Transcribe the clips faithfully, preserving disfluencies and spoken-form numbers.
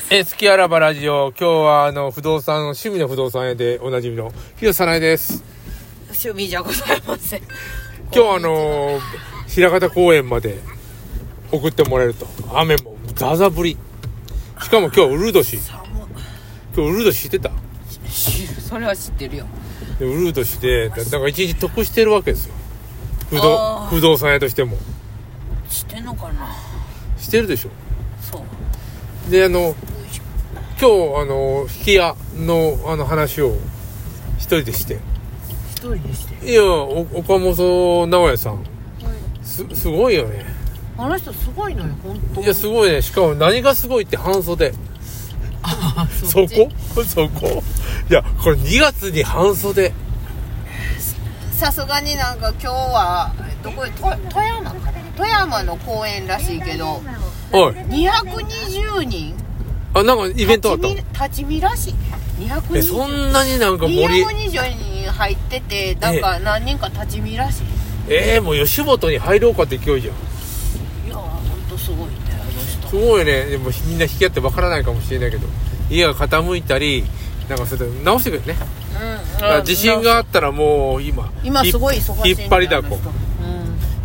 えー、月あらばラジオ、今日はあの不動産の趣味の不動産屋でおなじみの広瀬さないです。 趣味じゃございません。 今日はあのー、平方公園まで送ってもらえると。雨もザザ降り。しかも今日ウルー年。今日ウルー年知ってた？ それは知ってるよ。 でウルー年でだから一日得してるわけですよ。不動不動産屋としても。 知ってんのかな？ してるでしょ。 そうであの今日あの引き屋のあの話を一人でして一人でしていやお岡本直也さん、はい、す, すごいよね。 あの人すごいのよ本当。 いやすごいね。しかも何がすごいって半袖。 あそ, そこそこいやこれにがつに半袖。 さすがになんか今日はどこへ富山かな、富山の公園らしいけど、 おいにひゃくにじゅうにんあ、なんかイベントあった。 立ち見らしい。にひゃくにじゅうえそんなになんか盛りにひゃくにじゅうにん入ってて、なんか何人か立ち見らしい。 えー、もう吉本に入ろうかって勢いじゃん。 いやほんとすごいねあの人。 すごいね。でもみんな引き合ってわからないかもしれないけど、家が傾いたりなんかそれで直してくれるね。うん、地震があったらもう今今すごい忙しいんだよ引っ張りだこ、うん、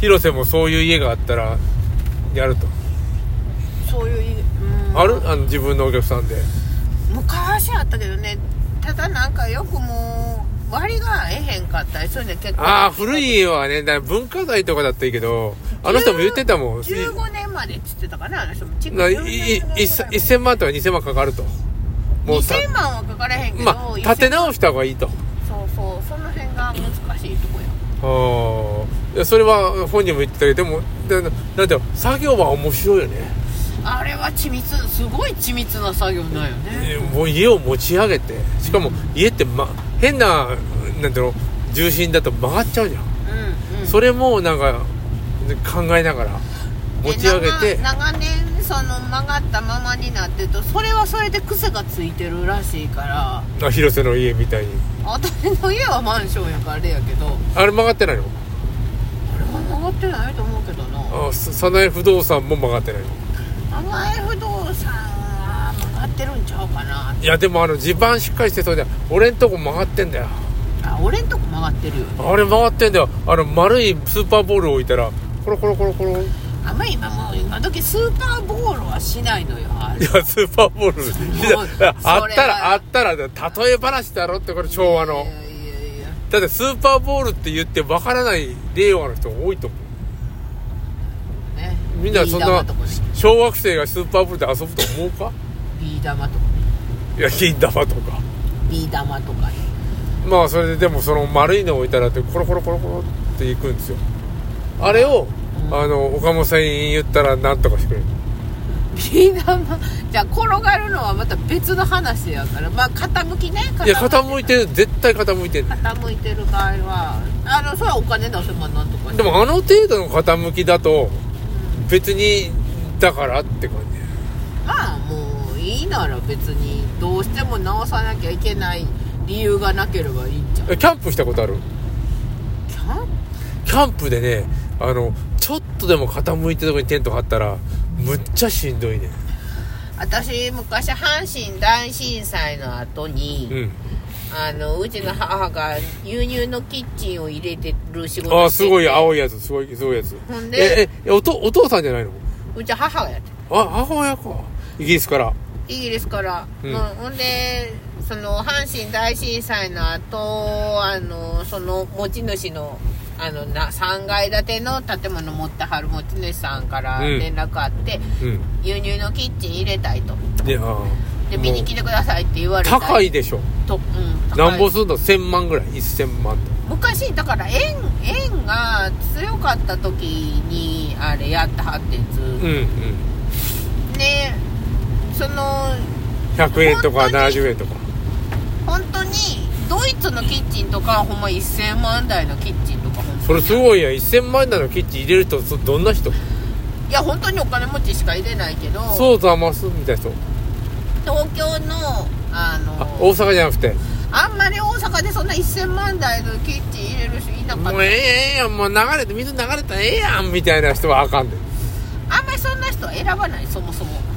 広瀬もそういう家があったらやると。 そういう家、うん、 あるあの自分のお客さんで昔あったけどね。ただなんかよくもう割が合えへんかったりそういうの結構。 ああ古い家はねだ文化財とかだったらいいけど、あの人も言ってたもんじゅうごねんまでって言ってたかなあの人も。 せんまんとかにせんまんかかると。もうにせんまんはかかれへんけど、 まあ、立て直した方がいいと。 そうそうその辺が難しいとこよ。ああいやそれは本人も言ってたけど、でもなんていうの作業は面白いよね。 あれは緻密すごい緻密な作業なんよね。 もう家を持ち上げて、しかも家って、ま、変ななんていうの重心だと曲がっちゃうじゃん、うんうん、それもなんか考えながら持ち上げて長, 長年その曲がったままになってるとそれはそれで癖がついてるらしいから。 あ広瀬の家みたいに。 私の家はマンションやからあれやけど、 あれ曲がってないの？ あれは曲がってないと思うけどな。 あ早苗不動産も曲がってないの？ 早苗不動産は曲がってるんちゃうかな。 いやでもあの地盤しっかりしてそうじゃん。俺んとこ曲がってんだよ。 あ俺んとこ曲がってるよ、ね、 あれ曲がってんだよ。あの丸いスーパーボール置いたらコロコロコロコロ。 あんまり今もう今時スーパーボールはしないのよ。あれいやスーパーボールあったらあったら例え話だろって。これ昭和の。いやいやいやだってスーパーボールって言ってわからない令和の人多いと思う、ね、みんなそんな小学生がスーパーボールで遊ぶと思うか？ ビー玉とか。 いや金玉とかビー玉とかね。 まあそれででもその丸いの置いたらってコロコロコロコロっていくんですよ。あれを、うん、あの岡本さんに言ったら何とかしてくれる。 ビー玉じゃあ転がるのはまた別の話やから。まあ傾きね。傾きいや傾いてる絶対傾いてる。 傾いてる場合はあのそれはお金出せばなんとか。 でもあの程度の傾きだと別にだからって感じ。 まあもういいなら別にどうしても直さなきゃいけない理由がなければいいんじゃん。 キャンプしたことある？ キャンプ？ キャンプでねあのちょっとでも傾いてるとこにテント張ったらむっちゃしんどいね。 私昔阪神大震災の後に、うん、あのうちの母が輸入のキッチンを入れてる仕事をしてて。 あすごい青いやつすごいすごいやつ。ほんでええ お, とお父さんじゃないの？ うち母がやって。 あ母親か。イギリスからイギリスから、うん、ほんでその阪神大震災の後あのその持ち主のあのなさんがい建ての建物持ってはる持ち主さんから連絡あって、うん、輸入のキッチン入れたいと。で、で見に来てくださいって言われた。 高いでしょと、うん、なんぼするのせんまんぐらいせんまんと。 昔だから円円が強かった時にあれやったはってやつ、うんうん、でそのひゃくえんとかななじゅうえんとか本当にドイツのキッチンとかほんませんまん台のキッチンとかそれすごいや。せんまん台のキッチン入れる人どんな人？いや本当にお金持ちしか入れないけど。 そうざますみたいな人。 東京のあのあ大阪じゃなくてあんまり大阪でそんなせんまん台のキッチン入れる人いなかった。 もうええええやんもう流れて水流れたらええやんみたいな人はあかんで。 あんまりそんな人は選ばないそもそも。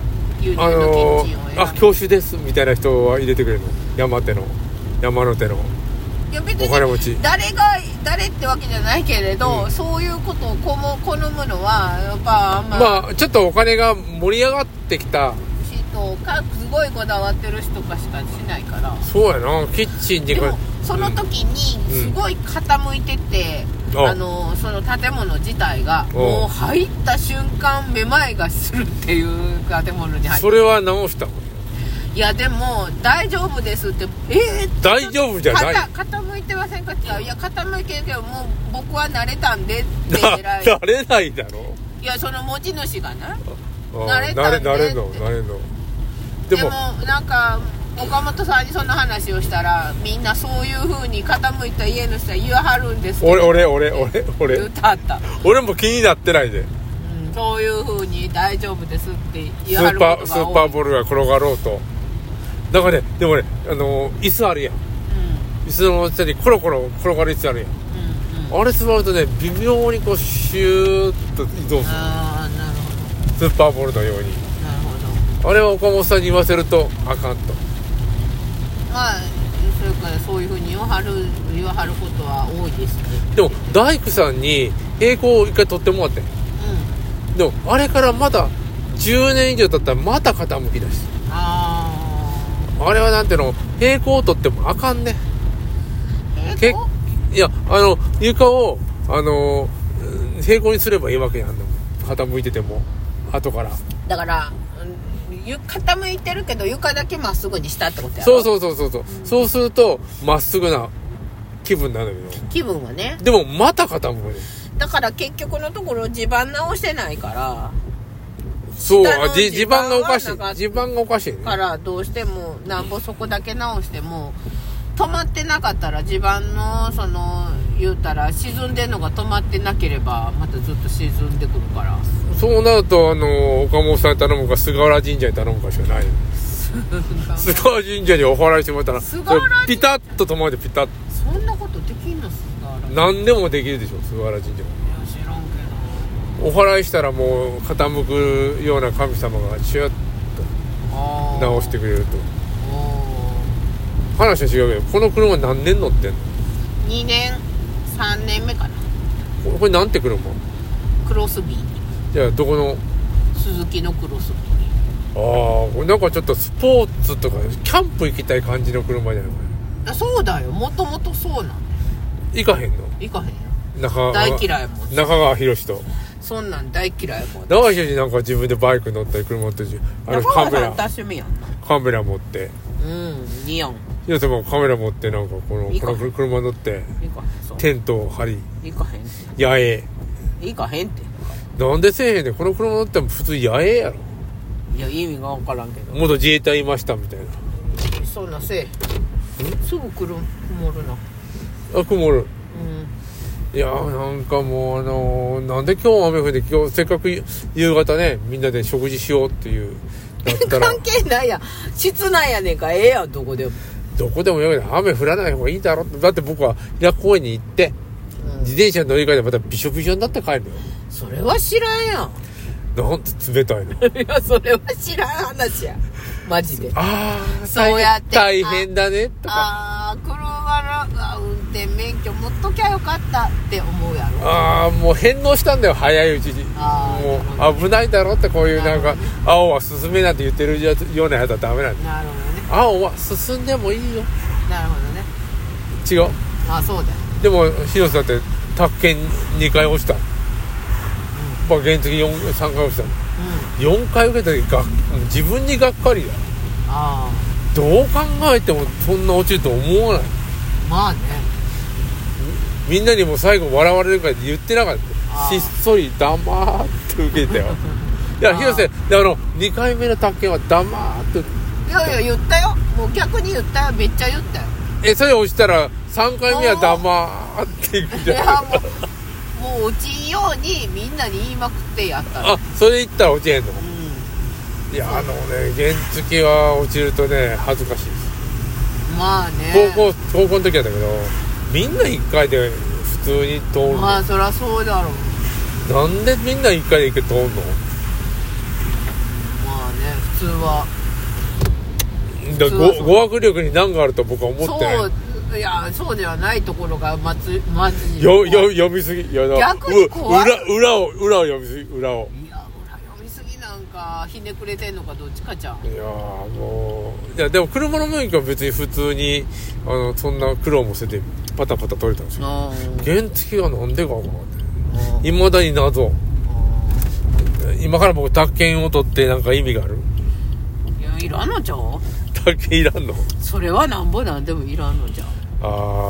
輸入のキッチンを選ぶ、 あのー、あ教師ですみたいな人は入れてくれるの山手の山手のいや別にお金持ち誰が誰ってわけじゃないけれど、うん、そういうことを好むのはやっぱまあ、 まあ、ちょっとお金が盛り上がってきた人かすごいこだわってる人かしかしないから。 そうやなキッチンにでもその時にすごい傾いてて、うん、あのその建物自体がもう入った瞬間めまいがするっていう建物に入って、 それは直したの？ いやでも大丈夫ですってえー、 大丈夫じゃない？ 傾いてませんかって言ったらいや傾いてるけどもう僕は慣れたんでって偉い慣れないだろ。 いやその持ち主がな慣れたんでって慣れんの慣れんのでもなんか岡本さんにその話をしたらみんなそういう風に傾いた家の人は言わはるんですけど俺俺俺俺俺言ったった俺も気になってないで、 うん、そういう風に大丈夫ですって言わはることが多い。 スーパースーパーボールが転がろうとだからねでもねあの椅子あるやん、うん、椅子の下にコロコロ転がる椅子あるやん、うんうん、あれ座るとね微妙にこうシューッと移動する。 あーなるほど。 スーパーボールのように。 なるほど。 あれは岡本さんに言わせるとあかんと。 まあそれからそういう風に言わはる言わはることは多いですね。 でも大工さんに平行を一回取ってもらって、うん、でもあれからまだじゅうねん以上経ったらまた傾きだし、ああれはなんていうの平行を取ってもあかんね。 平行？ いやあの床をあの平行にすればいいわけやんの傾いてても後からだから傾いてるけど床だけまっすぐにしたってことやろ。 そうそうそうそうそう、うん、そうするとまっすぐな気分になるよ。 気分はね。 でもまた傾くね。 だから結局のところ地盤直してないからそう地盤がおかしい地盤がおかしい、ね、 からどうしてもなんぼそこだけ直しても止まってなかったら地盤のその言うたら沈んでるのが止まってなければまたずっと沈んでくるから。 そうなるとあの岡本さんに頼むか菅原神社に頼むかしかない菅原神社にお祓いしてもらったらそれピタッと止まってピタッ。 そんなことできんの？菅原何でもできるでしょ菅原神社は。 いや知らんけどお祓いしたらもう傾くような神様がシュッと直してくれると。話は違うけどこの車何年乗ってんの？ にねんさんねんめかな。 これなんて車？ クロスビー。 じゃあどこの？ 鈴木のクロスビー。ああこれなんかちょっとスポーツとかキャンプ行きたい感じの車じゃないこれ。そうだよもともとそうなんだよ。 行かへんの？ 行かへんよ。 中大嫌いもん。 中川博士とそんなん大嫌いもん。 中川博士なんか自分でバイク乗ったり車乗ったりあのカメラカメラ持ってうん似合う。 いやでもカメラ持ってなんかこのこの車乗ってテントを張り行かへんて野営行かへんてなんでせえへんねんこの車乗っても普通野営やろ。 いや意味が分からんけど元自衛隊いましたみたいな。 そんなせえすぐ来る曇るなあ曇る、 うん、 いやなんかもうあのー、なんで今日雨降って今日せっかく夕方ねみんなで食事しようっていうだったら関係ないやん室内やねんからええやんどこでもどこでもよいな雨降らない方がいいだろ。だって僕は平公園に行って、うん、自転車乗り換えてまたびしょびしょになって帰るのよ。 それは知らんやん。 なんて冷たいの。 いやそれは知らん話やマジで。 ああそうやって大変だねとかああ車の運転免許持っときゃよかったって思うやろ。 ああもう返納したんだよ早いうちに。もう危ないだろってこういうなんか青は進めなんて言ってるようなやつはダメなんだ。 なるほどね。 青は進んでもいいよ。 なるほどね。 違う。 ああそうだよ。 でも広瀬だって宅建にかい落ちた、うん、まあ原付よんさんかい落ちた、うん、よんかい受けた時が自分にがっかりだ。 ああどう考えてもそんな落ちると思わない。 まあねみんなにも最後笑われるから言ってなかった。ひっそり黙って受けたよいや広瀬であのにかいめの宅建は黙っていやいや言ったよもう逆に言ったよめっちゃ言ったよ。 えそれ落ちたらさんかいめは黙っていくじゃん。いやもうもう落ちんようにみんなに言いまくってやったら。あそれ言ったら落ちへんの、うん、いやあのね原付は落ちるとね恥ずかしいです。 まあね高校高校の時だったけどみんないっかいで普通に通るの。 まあそりゃそうだろう。 なんでみんないっかいで行け通るの。 まあね普通は。 だ語, 語学力に難があると僕は思ってない。 そういやそうではないところがまずまずよよ読みすぎ。いや逆に怖い。 裏裏を裏を読みすぎ裏を。 いや裏読みすぎなんかひねくれてんのかどっちかちゃう。 いやもういやでも車の免許は別に普通にあのそんな苦労もせてパタパタ取れたんですよ。原付がなんでか分からん。いまだに謎。今から僕宅建を取ってなんか意味がある？ いやいらんのちゃう？ 宅建いらんの？それはなんぼなんでもいらんのじゃう。 あ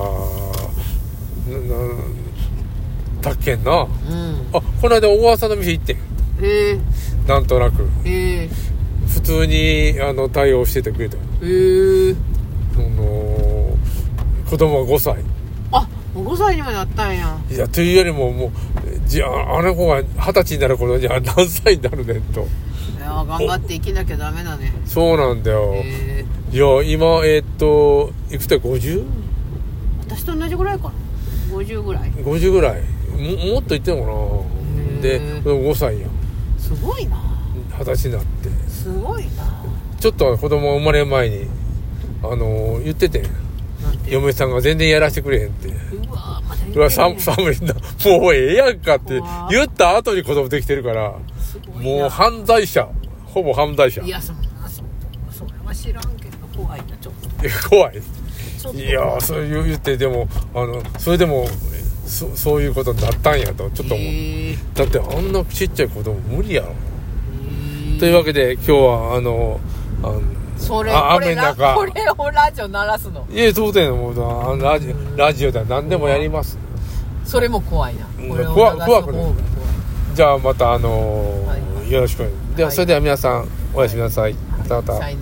ーなな宅建な、うん、あこの間小川さんの店行ってん。 へえなんとなくへえ普通にあの対応しててくれた。へえその子供がごさい。 あもうごさいにもなったんや。 いやというよりももうじゃああの子が二十歳になる頃には何歳になるねんと。 いや頑張って生きなきゃダメだね。 そうなんだよ。いや今えー、っといくつだごじゅう？ 私と同じぐらいかな。ごじゅうぐらい。 ごじゅうぐらい。も, もっと言ってんのかな。でごさいやん。 すごいな。 二十歳になって。 すごいな。 ちょっと子供生まれる前にあの言ってて。嫁さんが全然やらせてくれへんって。うわまだ言ってんねん。うわ寒いなもうええやんかって言った後に子供できてるからもう犯罪者ほぼ犯罪者。 いやそんなそそれは知らんけど怖いなちょっと。 怖い。いやそう言ってでもあのそれでも そ, そういうことになったんやとちょっと思う。だってあんなちっちゃい子供無理やろ。というわけで今日はあのあのそれあ雨の中これをラジオ鳴らすの。 いやそうだよもうラジオラジオだ何でもやります。 それも怖いな。これを怖怖くない。じゃあまたあのーはい、よろしく。ではそれでは皆さんおやすみなさい。またまた。